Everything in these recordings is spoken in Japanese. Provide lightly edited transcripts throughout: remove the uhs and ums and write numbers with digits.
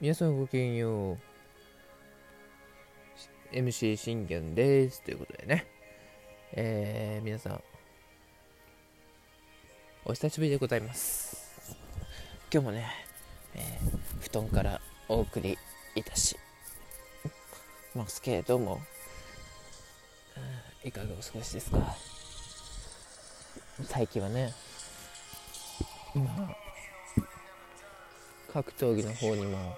皆さんごきげんよう。MC 信玄ですということでね、皆さんお久しぶりでございます。今日もね、布団からお送りいたしますけれども、いかがお過ごしですか。最近はね、格闘技の方にも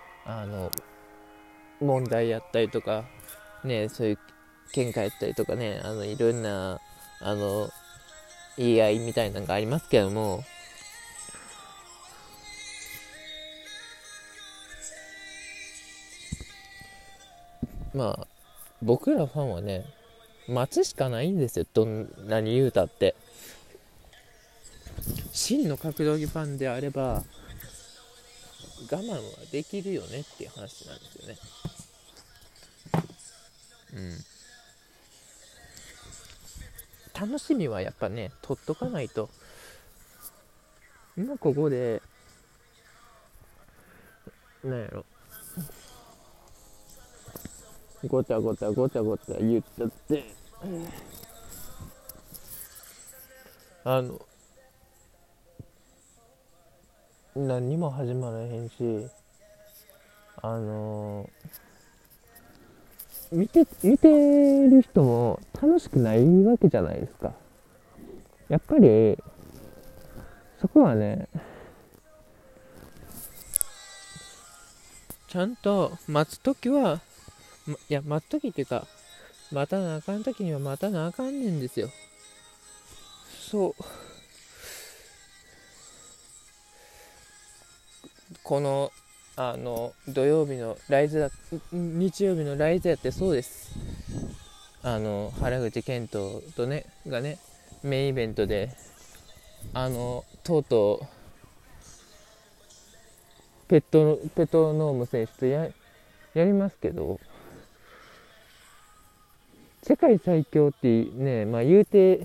問題やったりとかね、そういう喧嘩やったりとかね、いろんな言い合いみたいなのがありますけども、僕らファンはね、待つしかないんですよ。どんなに言うたって、真の格闘技ファンであれば我慢はできるよねっていう話なんですよね。楽しみはやっぱね取っとかないと、今ここでなんやろ、ごちゃごちゃ言っちゃって、何にも始まらへんし、見てる人も楽しくないわけじゃないですか。やっぱりそこはね、ちゃんと待つときは、待つときっていうか、待たなあかんときには待たなあかんねんですよ。そう、この土曜日のライズだ、日曜日のライズやってそうです。原口健人とねがね、メインイベントでとうとうペットノーム選手とやりますけど、世界最強ってね、言うて、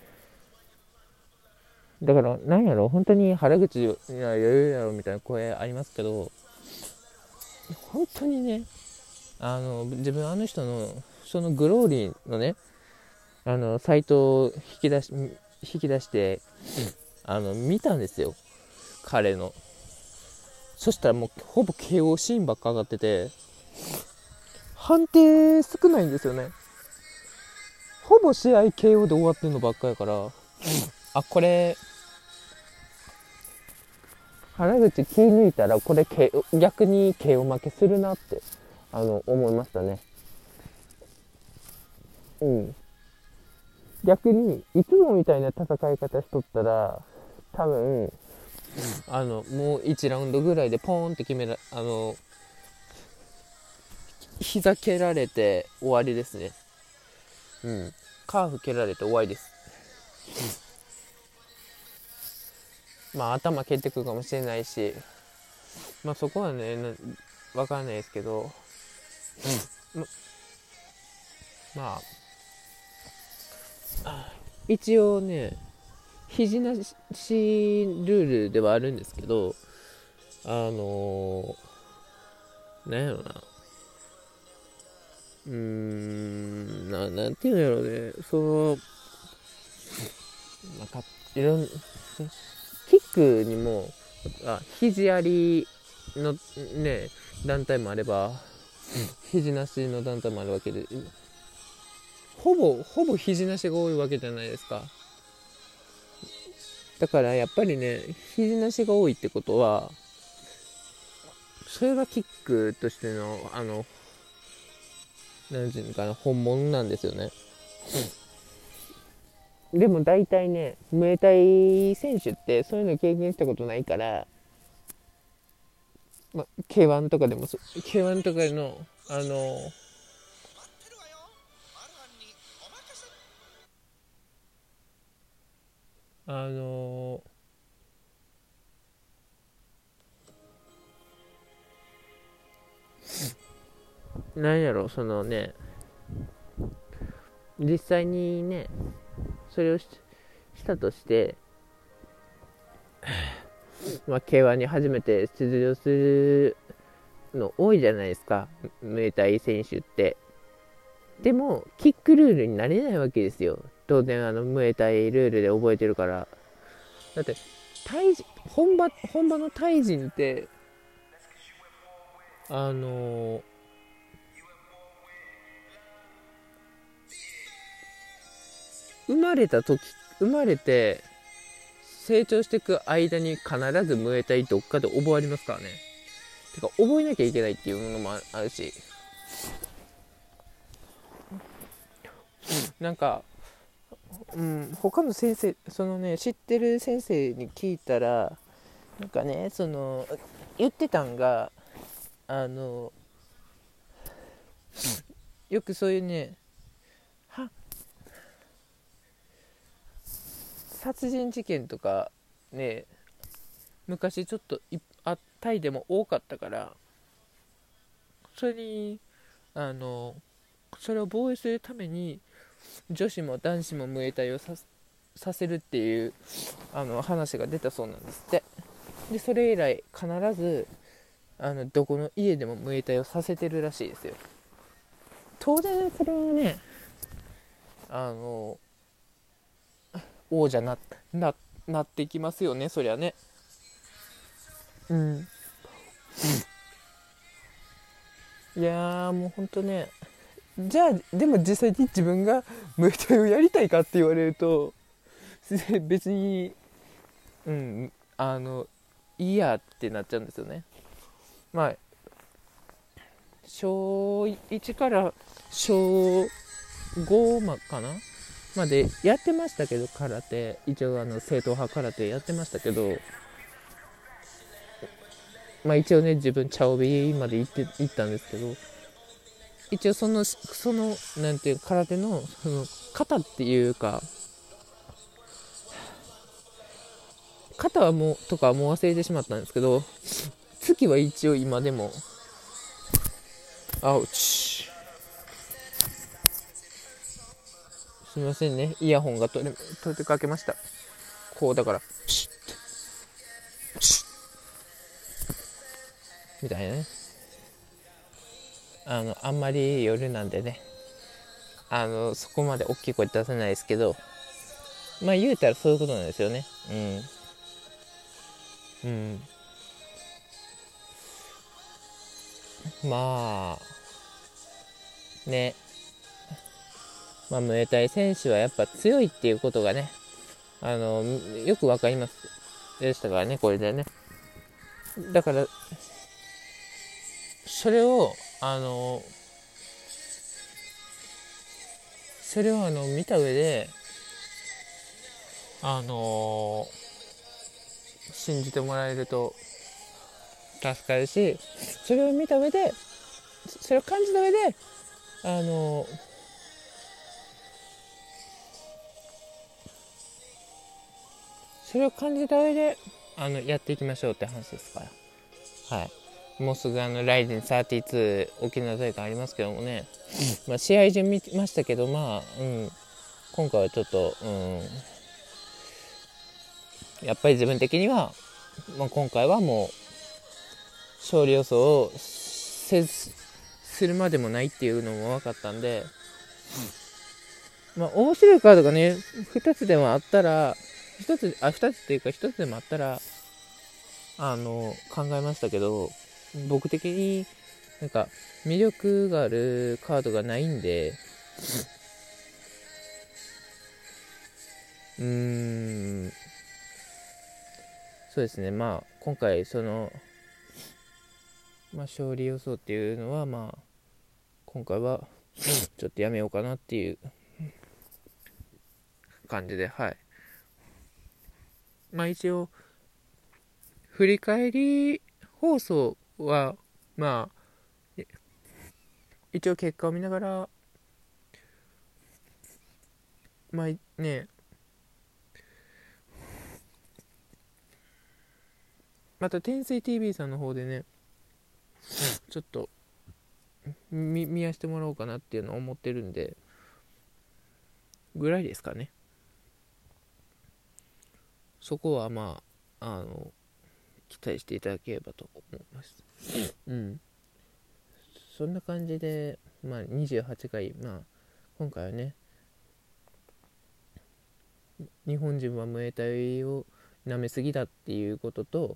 だからなんやろ、本当に原口には余裕やろみたいな声ありますけど、本当にね、自分の人のそのグローリーのね、サイトを引き出して見たんですよ、彼の。そしたらもうほぼ KO シーンばっか上がってて、判定少ないんですよね。ほぼ試合 KO で終わってるのばっかやから、これ原口気抜いたらこれ逆に KO 負けするなって思いましたね。逆にいつもみたいな戦い方しとったら多分もう1ラウンドぐらいでポーンって決めら膝蹴られて終わりですね。カーフ蹴られて終わりです。頭蹴ってくるかもしれないし、そこはね分からないですけど、一応ね肘なしルールではあるんですけど、なんやろな、なんていうんやろうね、いろんキックにも肘ありのね団体もあれば、肘なしの団体もあるわけで、ほぼ肘なしが多いわけじゃないですか。だからやっぱりね、肘なしが多いってことは、それがキックとしてのなんていうのかな、本物なんですよね。でも大体ね、ムエタイ選手ってそういうの経験したことないから、K1 とかでもK1 とかのなんやろ、そのね、実際にねそれをしたとして、K1 に初めて出場するの多いじゃないですか、ムエタイ選手って。でもキックルールになれないわけですよ。当然ムエタイルールで覚えてるから。だって本場のタイ人って生まれて成長していく間に必ずムエタイどっかで覚わりますからね。てか覚えなきゃいけないっていうのもあるし、なんか、他の先生、知ってる先生に聞いたら、なんかね、言ってたんが、よくそういうね、殺人事件とかね、昔ちょっとタイでも多かったから、それにそれを防衛するために女子も男子もムエタイをさせるっていう話が出たそうなんですって。でそれ以来必ずどこの家でもムエタイをさせてるらしいですよ。当然それはね、王者なっていきますよね、そりゃね。いやもうほんとね。じゃあでも実際に自分がムエタイをやりたいかって言われると別にいいやってなっちゃうんですよね。まあ小1から小5かなまでやってましたけど、空手一応正統派空手やってましたけど、まあ一応ね自分茶帯まで行ったんですけど、一応なんていう空手の型っていうか、型はもうとかはもう忘れてしまったんですけど、月は一応今でもアウチ、すみませんね、イヤホンが取れかけました。こうだからシッシッみたいなね。あんまり夜なんでね、そこまで大きい声出せないですけど、まあ言うたらそういうことなんですよね。まあね、ムエタイ選手はやっぱ強いっていうことがね、よくわかりますでしたからね、これでね。だからそれを見た上で信じてもらえると助かるし、それを見た上で、それを感じた上でそれを感じた上でやっていきましょうって話ですから。はい。もうすぐライゼン32沖縄大会ありますけどもね、まあ試合中見ましたけど、今回はちょっとやっぱり自分的には、今回はもう勝利予想をするまでもないっていうのも分かったんで、面白いカードがね2つでもあったら、2つっていうか1つでもあったら考えましたけど、僕的になんか魅力があるカードがないんで、そうですね。今回勝利予想っていうのは今回はちょっとやめようかなっていう感じで、はい。一応振り返り放送は一応結果を見ながらね、また天水 TV さんの方でねちょっと見やしてもらおうかなっていうのを思ってるんでぐらいですかね。そこは期待していただければと思います。 そんな感じで、28回、今回はね、日本人はムエタイを舐めすぎだっていうことと、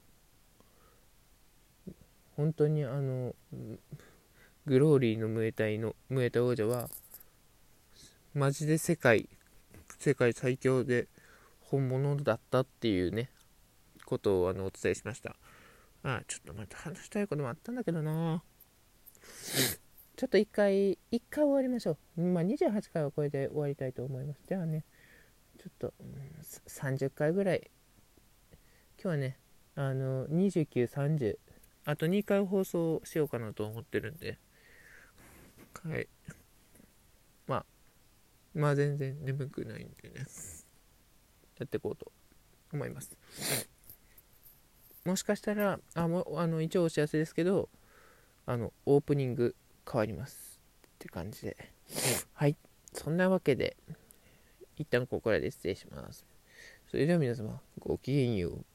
本当にグローリーのムエタイ王者はマジで世界最強で本物だったっていうねことをお伝えしました。ちょっとまた話したいこともあったんだけどな。ちょっと一回終わりましょう。28回はこれで終わりたいと思います。じゃあね、ちょっと、30回ぐらい、今日はね、29、30、あと2回放送しようかなと思ってるんで、はい。全然眠くないんでね、やっていこうと思います。もしかしたら、一応お知らせですけど、オープニング変わりますって感じで、はい。そんなわけで、一旦ここらで失礼します。それでは皆様、ごきげんよう。